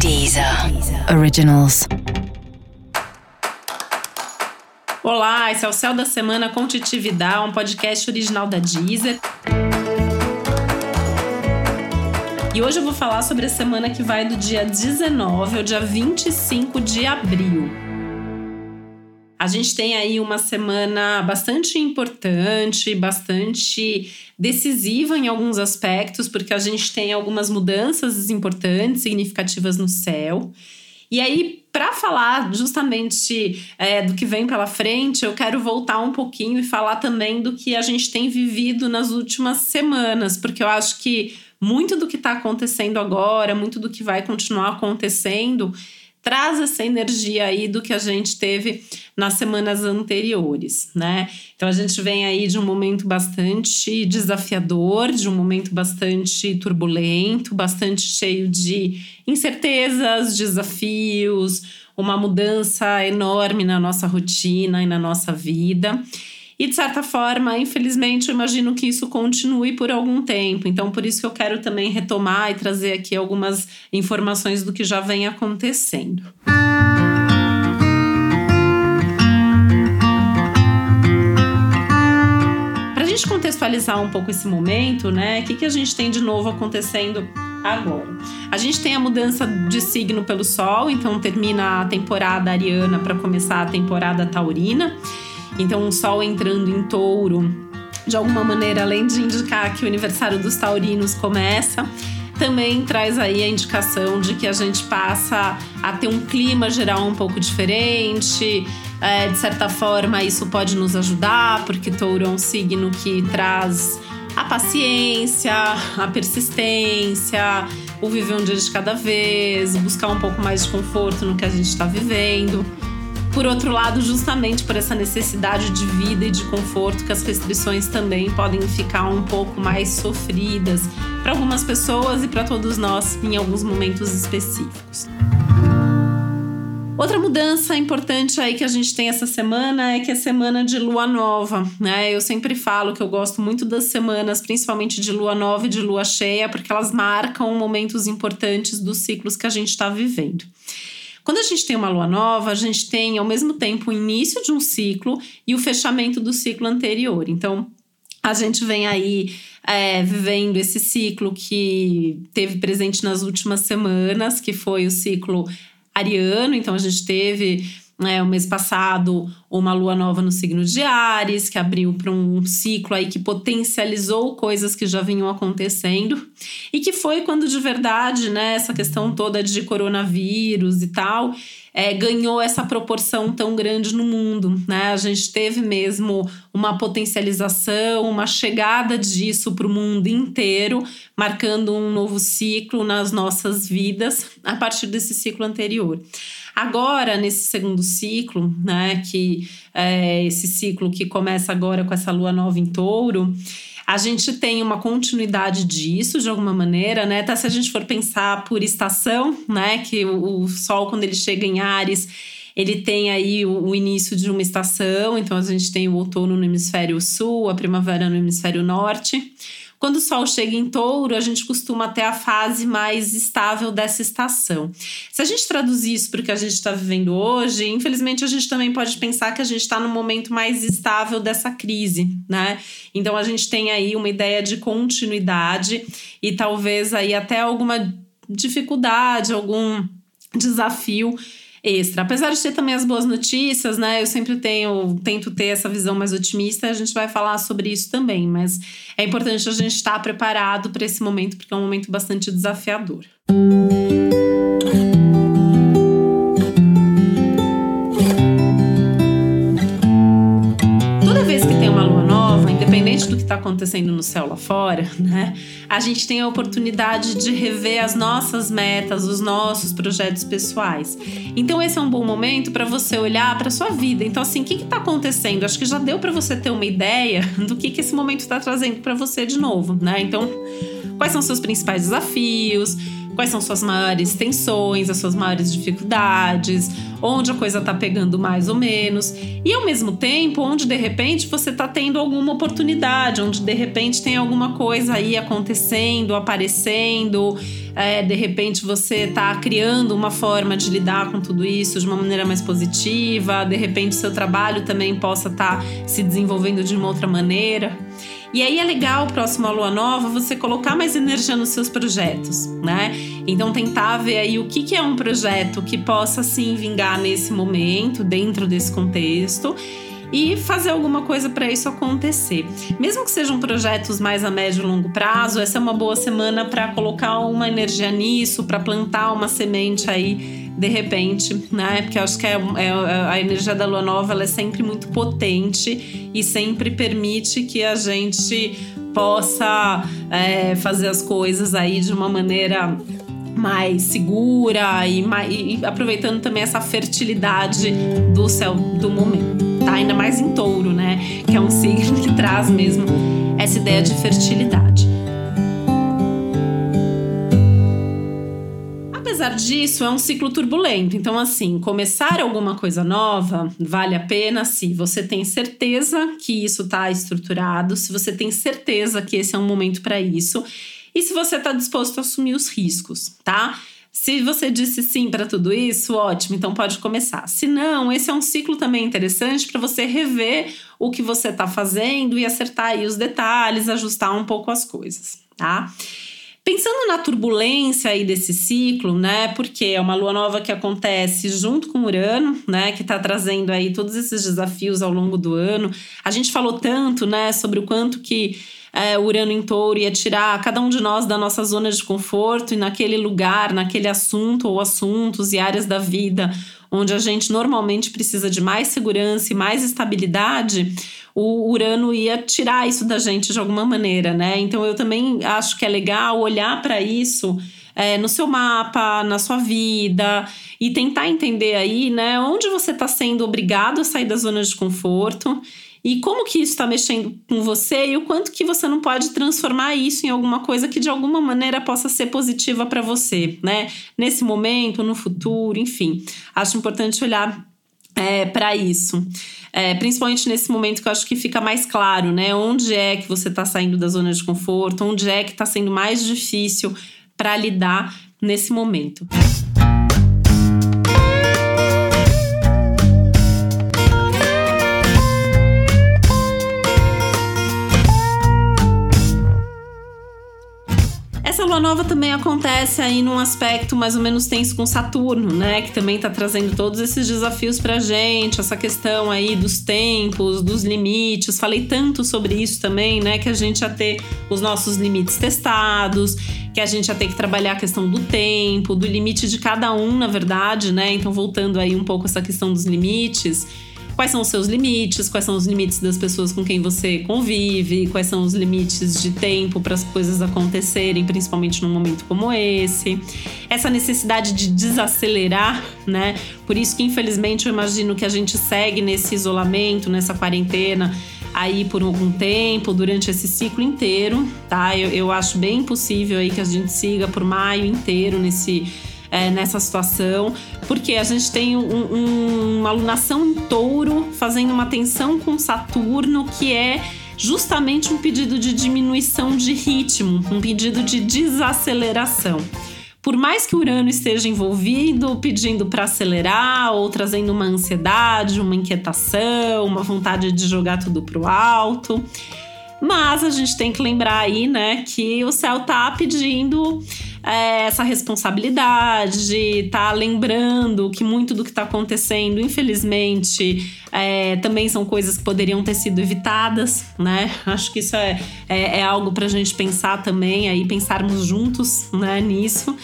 Deezer Originals. Olá, esse é o Céu da Semana com Titi Vidal, um podcast original da Deezer. E hoje eu vou falar sobre a semana que vai do dia 19 ao dia 25 de abril. A gente tem aí uma semana bastante importante, bastante decisiva em alguns aspectos, porque a gente tem algumas mudanças importantes, significativas no céu. E aí, para falar justamente do que vem pela frente, eu quero voltar um pouquinho e falar também do que a gente tem vivido nas últimas semanas, porque eu acho que muito do que está acontecendo agora, muito do que vai continuar acontecendo, traz essa energia aí do que a gente teve nas semanas anteriores, né? Então a gente vem aí de um momento bastante desafiador, de um momento bastante turbulento, bastante cheio de incertezas, desafios, uma mudança enorme na nossa rotina e na nossa vida. E, de certa forma, infelizmente, eu imagino que isso continue por algum tempo. Então, por isso que eu quero também retomar e trazer aqui algumas informações do que já vem acontecendo. Para a gente contextualizar um pouco esse momento, né? O que a gente tem de novo acontecendo agora? A gente tem a mudança de signo pelo Sol, então termina a temporada ariana para começar a temporada taurina. Então, o Sol entrando em Touro, de alguma maneira, além de indicar que o aniversário dos taurinos começa, também traz aí a indicação de que a gente passa a ter um clima geral um pouco diferente. De certa forma, isso pode nos ajudar, porque Touro é um signo que traz a paciência, a persistência, o viver um dia de cada vez, buscar um pouco mais de conforto no que a gente está vivendo. Por outro lado, justamente por essa necessidade de vida e de conforto, que as restrições também podem ficar um pouco mais sofridas para algumas pessoas e para todos nós em alguns momentos específicos. Outra mudança importante aí que a gente tem essa semana é que é semana de lua nova, né? Eu sempre falo que eu gosto muito das semanas, principalmente de lua nova e de lua cheia, porque elas marcam momentos importantes dos ciclos que a gente está vivendo. Quando a gente tem uma lua nova, a gente tem ao mesmo tempo o início de um ciclo e o fechamento do ciclo anterior. Então, a gente vem aí vivendo esse ciclo que teve presente nas últimas semanas, que foi o ciclo ariano. Então, a gente teve o mês passado uma lua nova no signo de Áries, que abriu para um ciclo aí que potencializou coisas que já vinham acontecendo e que foi quando de verdade, né, essa questão toda de coronavírus e tal, ganhou essa proporção tão grande no mundo, né? A gente teve mesmo uma potencialização, uma chegada disso para o mundo inteiro, marcando um novo ciclo nas nossas vidas a partir desse ciclo anterior. Agora, nesse segundo ciclo, né, que é esse ciclo que começa agora com essa lua nova em Touro, a gente tem uma continuidade disso, de alguma maneira, né? Até se a gente for pensar por estação, né, que o Sol, quando ele chega em Áries, ele tem aí o início de uma estação. Então, a gente tem o outono no hemisfério sul, a primavera no hemisfério norte. Quando o Sol chega em Touro, a gente costuma ter a fase mais estável dessa estação. Se a gente traduzir isso para o que a gente está vivendo hoje, infelizmente a gente também pode pensar que a gente está no momento mais estável dessa crise, né? Então a gente tem aí uma ideia de continuidade e talvez aí até alguma dificuldade, algum desafio extra. Apesar de ter também as boas notícias, né? Eu sempre tento ter essa visão mais otimista, a gente vai falar sobre isso também, mas é importante a gente estar preparado para esse momento, porque é um momento bastante desafiador. Toda vez que tem uma lua nova, independente do que está acontecendo no céu lá fora, né, a gente tem a oportunidade de rever as nossas metas, os nossos projetos pessoais. Então esse é um bom momento para você olhar para a sua vida. Então assim, o que está acontecendo? Acho que já deu para você ter uma ideia do que esse momento está trazendo para você de novo, né? Então, Quais são seus principais desafios? Quais são suas maiores tensões, as suas maiores dificuldades, onde a coisa tá pegando mais ou menos. E ao mesmo tempo, onde de repente você tá tendo alguma oportunidade, onde de repente tem alguma coisa aí acontecendo, aparecendo, de repente você tá criando uma forma de lidar com tudo isso de uma maneira mais positiva, de repente o seu trabalho também possa estar se desenvolvendo de uma outra maneira. E aí é legal, próximo à lua nova, você colocar mais energia nos seus projetos, né? Então tentar ver aí o que é um projeto que possa sim vingar nesse momento, dentro desse contexto, e fazer alguma coisa para isso acontecer. Mesmo que sejam projetos mais a médio e longo prazo, essa é uma boa semana para colocar uma energia nisso, para plantar uma semente aí de repente, né? Porque eu acho que a energia da lua nova, ela é sempre muito potente e sempre permite que a gente possa fazer as coisas aí de uma maneira mais segura e aproveitando também essa fertilidade do céu do momento, tá? Ainda mais em Touro, né? Que é um signo que traz mesmo essa ideia de fertilidade. Apesar disso, é um ciclo turbulento. Então, assim, começar alguma coisa nova vale a pena se você tem certeza que isso está estruturado, se você tem certeza que esse é um momento para isso e se você está disposto a assumir os riscos, tá? Se você disse sim para tudo isso, ótimo, então pode começar. Se não, esse é um ciclo também interessante para você rever o que você está fazendo e acertar aí os detalhes, ajustar um pouco as coisas, tá? Pensando na turbulência aí desse ciclo, né? Porque é uma lua nova que acontece junto com Urano, né? Que tá trazendo aí todos esses desafios ao longo do ano. A gente falou tanto, né? Sobre o quanto que Urano em Touro ia tirar cada um de nós da nossa zona de conforto e naquele lugar, naquele assunto ou assuntos e áreas da vida onde a gente normalmente precisa de mais segurança e mais estabilidade, o Urano ia tirar isso da gente de alguma maneira, né? Então eu também acho que é legal olhar para isso no seu mapa, na sua vida e tentar entender aí, né, onde você está sendo obrigado a sair da zona de conforto e como que isso está mexendo com você e o quanto que você não pode transformar isso em alguma coisa que de alguma maneira possa ser positiva para você, né? Nesse momento, no futuro, enfim. Acho importante olhar para isso. Principalmente nesse momento que eu acho que fica mais claro, né? Onde é que você está saindo da zona de conforto, onde é que está sendo mais difícil para lidar nesse momento. Essa lua nova também acontece aí num aspecto mais ou menos tenso com Saturno, né? Que também tá trazendo todos esses desafios pra gente, essa questão aí dos tempos, dos limites. Falei tanto sobre isso também, né? Que a gente ia ter os nossos limites testados, que a gente ia ter que trabalhar a questão do tempo, do limite de cada um, na verdade, né? Então, voltando aí um pouco essa questão dos limites. Quais são os seus limites? Quais são os limites das pessoas com quem você convive? Quais são os limites de tempo para as coisas acontecerem, principalmente num momento como esse? Essa necessidade de desacelerar, né? Por isso que, infelizmente, eu imagino que a gente segue nesse isolamento, nessa quarentena, aí por algum tempo, durante esse ciclo inteiro, tá? Eu acho bem possível aí que a gente siga por maio inteiro nessa situação, porque a gente tem uma alunação em Touro fazendo uma tensão com Saturno, que é justamente um pedido de diminuição de ritmo, um pedido de desaceleração. Por mais que Urano esteja envolvido, pedindo para acelerar ou trazendo uma ansiedade, uma inquietação, uma vontade de jogar tudo pro alto, mas a gente tem que lembrar aí, né, que o céu tá pedindo essa responsabilidade, tá lembrando que muito do que tá acontecendo, infelizmente, também são coisas que poderiam ter sido evitadas, né? Acho que isso é algo pra gente pensar também, aí pensarmos juntos, né, nisso,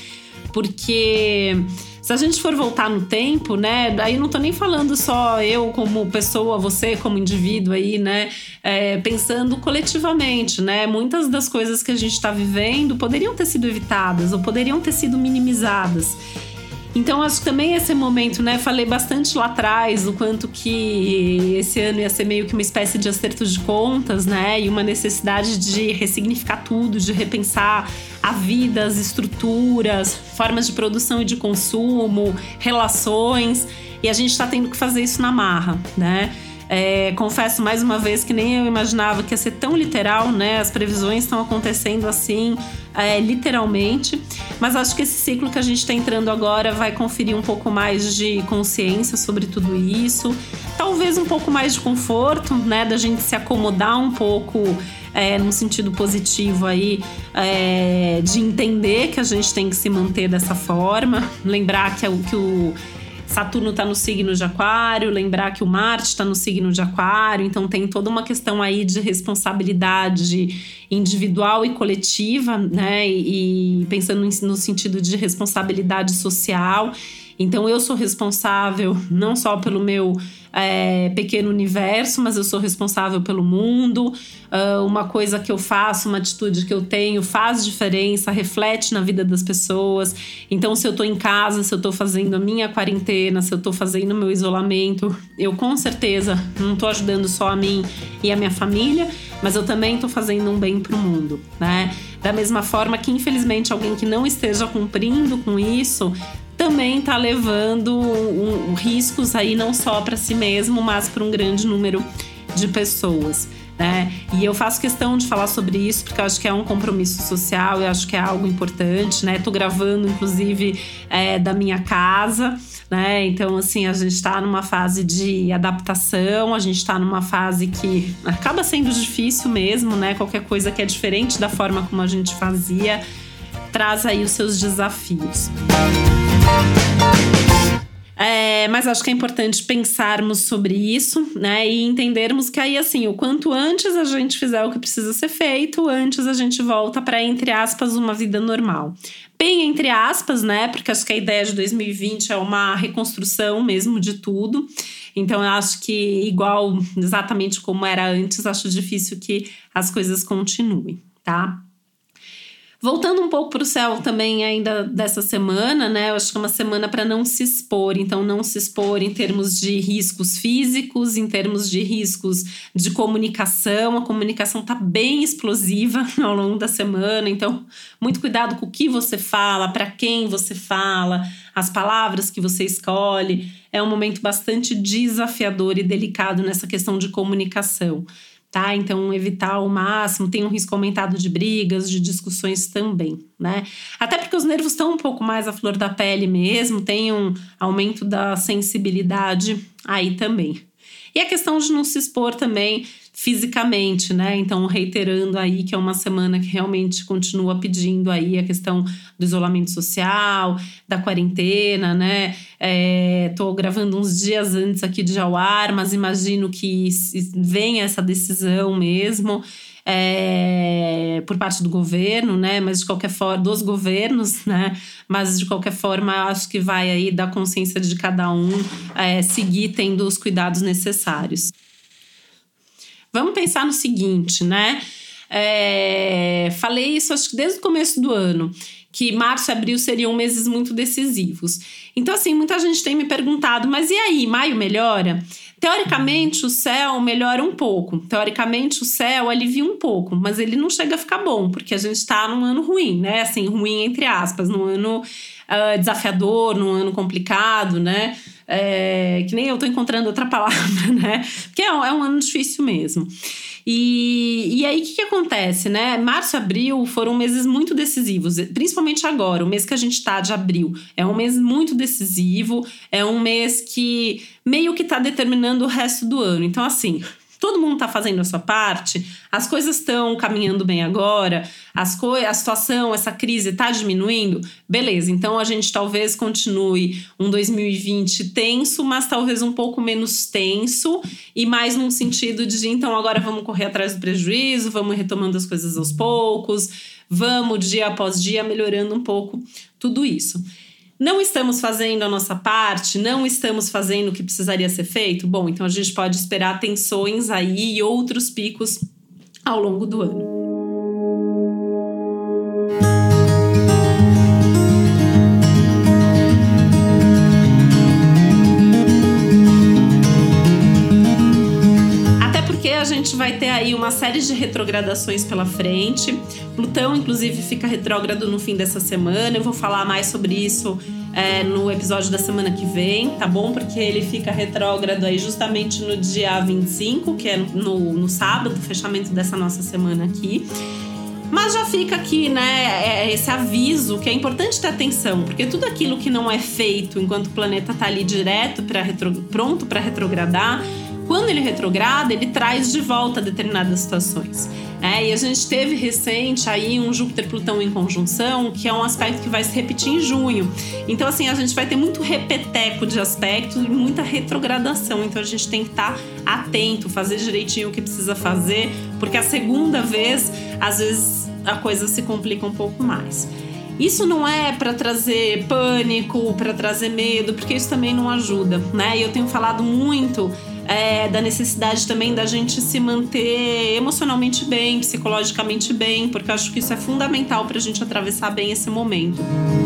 porque se a gente for voltar no tempo, né, aí não tô nem falando só eu como pessoa, você como indivíduo aí, né, pensando coletivamente, né, muitas das coisas que a gente tá vivendo poderiam ter sido evitadas ou poderiam ter sido minimizadas. Então, acho que também esse momento, né? Falei bastante lá atrás o quanto que esse ano ia ser meio que uma espécie de acerto de contas, né? E uma necessidade de ressignificar tudo, de repensar a vida, as estruturas, formas de produção e de consumo, relações. E a gente tá tendo que fazer isso na marra, né? Confesso mais uma vez que nem eu imaginava que ia ser tão literal, né? As previsões estão acontecendo assim, literalmente. Mas acho que esse ciclo que a gente está entrando agora vai conferir um pouco mais de consciência sobre tudo isso. Talvez um pouco mais de conforto, né? Da gente se acomodar um pouco num sentido positivo aí, de entender que a gente tem que se manter dessa forma. Lembrar que o Saturno está no signo de Aquário, lembrar que o Marte está no signo de Aquário, então tem toda uma questão aí de responsabilidade individual e coletiva, né? E pensando no sentido de responsabilidade social. Então eu sou responsável não só pelo meu pequeno universo, mas eu sou responsável pelo mundo. Uma coisa que eu faço, uma atitude que eu tenho faz diferença, reflete na vida das pessoas. Então se eu tô em casa, se eu tô fazendo a minha quarentena, se eu tô fazendo o meu isolamento, eu com certeza não tô ajudando só a mim e a minha família, mas eu também tô fazendo um bem pro mundo, né? Da mesma forma que infelizmente alguém que não esteja cumprindo com isso também está levando riscos aí não só para si mesmo, mas para um grande número de pessoas, né? E eu faço questão de falar sobre isso porque eu acho que é um compromisso social, eu acho que é algo importante, né? Tô gravando, inclusive, da minha casa, né? Então, assim, a gente está numa fase de adaptação, a gente está numa fase que acaba sendo difícil mesmo, né? Qualquer coisa que é diferente da forma como a gente fazia traz aí os seus desafios. Mas acho que é importante pensarmos sobre isso, né? E entendermos que aí, assim, o quanto antes a gente fizer o que precisa ser feito, antes a gente volta para, entre aspas, uma vida normal. Bem entre aspas, né? Porque acho que a ideia de 2020 é uma reconstrução mesmo de tudo. Então eu acho que igual exatamente como era antes, acho difícil que as coisas continuem, tá? Voltando um pouco para o céu também ainda dessa semana, né? Eu acho que é uma semana para não se expor. Então, não se expor em termos de riscos físicos, em termos de riscos de comunicação. A comunicação tá bem explosiva ao longo da semana. Então, muito cuidado com o que você fala, para quem você fala, as palavras que você escolhe. É um momento bastante desafiador e delicado nessa questão de comunicação. Tá? Então, evitar ao máximo, tem um risco aumentado de brigas, de discussões também, né? Até porque os nervos estão um pouco mais à flor da pele mesmo, tem um aumento da sensibilidade aí também. E a questão de não se expor também fisicamente, né? Então, reiterando aí que é uma semana que realmente continua pedindo aí a questão do isolamento social, da quarentena, né? Tô gravando uns dias antes aqui de ao ar, mas imagino que venha essa decisão mesmo por parte do governo, né? Mas de qualquer forma, dos governos, né? Mas de qualquer forma, acho que vai aí da consciência de cada um seguir tendo os cuidados necessários. Vamos pensar no seguinte, né? Falei isso acho que desde o começo do ano, que março e abril seriam meses muito decisivos. Então, assim, muita gente tem me perguntado, mas e aí, maio melhora? Teoricamente, o céu melhora um pouco. Teoricamente, o céu alivia um pouco, mas ele não chega a ficar bom, porque a gente está num ano ruim, né? Assim, ruim entre aspas, num ano desafiador, num ano complicado, né? Que nem eu tô encontrando outra palavra, né? Porque é um ano difícil mesmo. E aí, o que acontece, né? Março e abril foram meses muito decisivos, principalmente agora, o mês que a gente tá de abril. É um mês muito decisivo, é um mês que meio que tá determinando o resto do ano. Então, assim, todo mundo tá fazendo a sua parte, as coisas estão caminhando bem agora, a situação, essa crise tá diminuindo, beleza, então a gente talvez continue um 2020 tenso, mas talvez um pouco menos tenso e mais num sentido de, então agora vamos correr atrás do prejuízo, vamos retomando as coisas aos poucos, vamos dia após dia melhorando um pouco tudo isso. Não estamos fazendo a nossa parte, não estamos fazendo o que precisaria ser feito? Bom, então a gente pode esperar tensões aí e outros picos ao longo do ano. vai ter aí uma série de retrogradações pela frente. Plutão, inclusive, fica retrógrado no fim dessa semana. Eu vou falar mais sobre isso no episódio da semana que vem, tá bom? Porque ele fica retrógrado aí justamente no dia 25, que é no sábado, fechamento dessa nossa semana aqui. Mas já fica aqui, né, esse aviso que é importante ter atenção, porque tudo aquilo que não é feito enquanto o planeta tá ali direto, pronto para retrogradar, quando ele retrograda, ele traz de volta determinadas situações. E a gente teve recente aí um Júpiter-Plutão em conjunção, que é um aspecto que vai se repetir em junho. Então, assim, a gente vai ter muito repeteco de aspectos e muita retrogradação. Então, a gente tem que estar atento, fazer direitinho o que precisa fazer, porque a segunda vez, às vezes, a coisa se complica um pouco mais. Isso não é para trazer pânico, para trazer medo, porque isso também não ajuda, né? E eu tenho falado muito da necessidade também da gente se manter emocionalmente bem, psicologicamente bem, porque eu acho que isso é fundamental para a gente atravessar bem esse momento.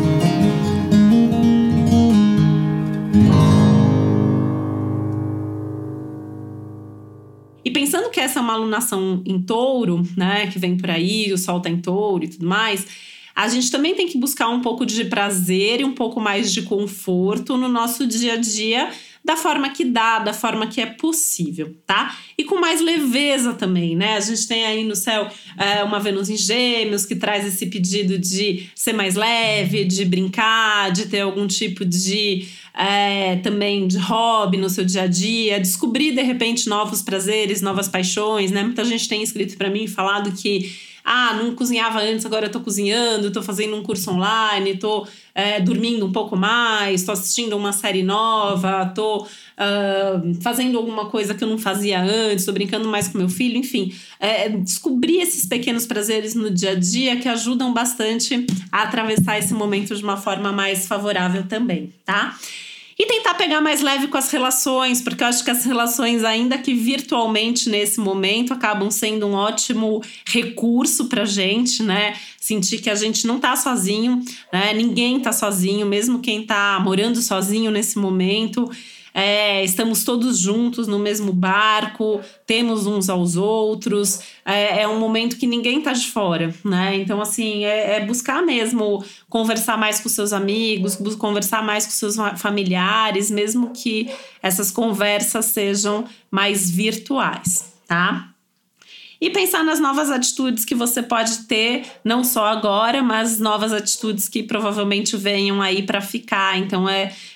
E pensando que essa é uma alunação em touro, né, que vem por aí, o sol tá em touro e tudo mais, a gente também tem que buscar um pouco de prazer e um pouco mais de conforto no nosso dia a dia, da forma que dá, da forma que é possível, tá? E com mais leveza também, né? A gente tem aí no céu uma Vênus em Gêmeos que traz esse pedido de ser mais leve, de brincar, de ter algum tipo de também de hobby no seu dia a dia, descobrir de repente novos prazeres, novas paixões, né? Muita gente tem escrito para mim, falado que não cozinhava antes, agora eu tô cozinhando, tô fazendo um curso online, tô dormindo um pouco mais, tô assistindo uma série nova, tô fazendo alguma coisa que eu não fazia antes, tô brincando mais com meu filho, enfim. Descobrir esses pequenos prazeres no dia a dia que ajudam bastante a atravessar esse momento de uma forma mais favorável também, tá? E tentar pegar mais leve com as relações, porque eu acho que as relações, ainda que virtualmente nesse momento, acabam sendo um ótimo recurso pra gente, né? Sentir que a gente não tá sozinho, né? Ninguém tá sozinho, mesmo quem tá morando sozinho nesse momento. Estamos todos juntos no mesmo barco, temos uns aos outros, é um momento que ninguém tá de fora, né? Então, assim, buscar mesmo conversar mais com seus amigos, conversar mais com seus familiares, mesmo que essas conversas sejam mais virtuais, tá? E pensar nas novas atitudes que você pode ter, não só agora, mas novas atitudes que provavelmente venham aí para ficar. Então,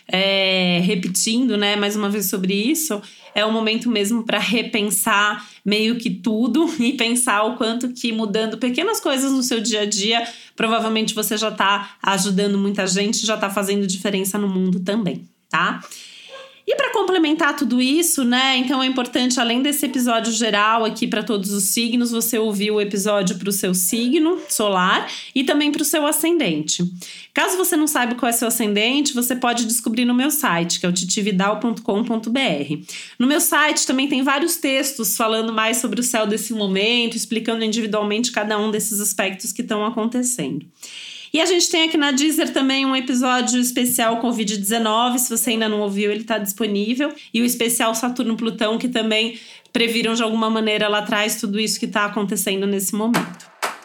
repetindo, né, mais uma vez sobre isso, é um momento mesmo para repensar meio que tudo e pensar o quanto que mudando pequenas coisas no seu dia a dia, provavelmente você já está ajudando muita gente, já está fazendo diferença no mundo também, tá? E para complementar tudo isso, né, então é importante, além desse episódio geral aqui para todos os signos, você ouvir o episódio para o seu signo solar e também para o seu ascendente. Caso você não saiba qual é seu ascendente, você pode descobrir no meu site, que é o titividal.com.br. No meu site também tem vários textos falando mais sobre o céu desse momento, explicando individualmente cada um desses aspectos que estão acontecendo. E a gente tem aqui na Deezer também um episódio especial Covid-19, se você ainda não ouviu, ele está disponível. E o especial Saturno-Plutão, que também previram de alguma maneira lá atrás tudo isso que está acontecendo nesse momento.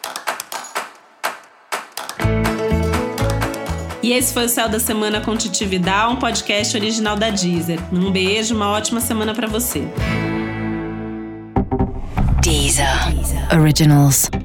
E esse foi o Céu da Semana com Titi Vidal, um podcast original da Deezer. Um beijo, uma ótima semana para você. Deezer Originals.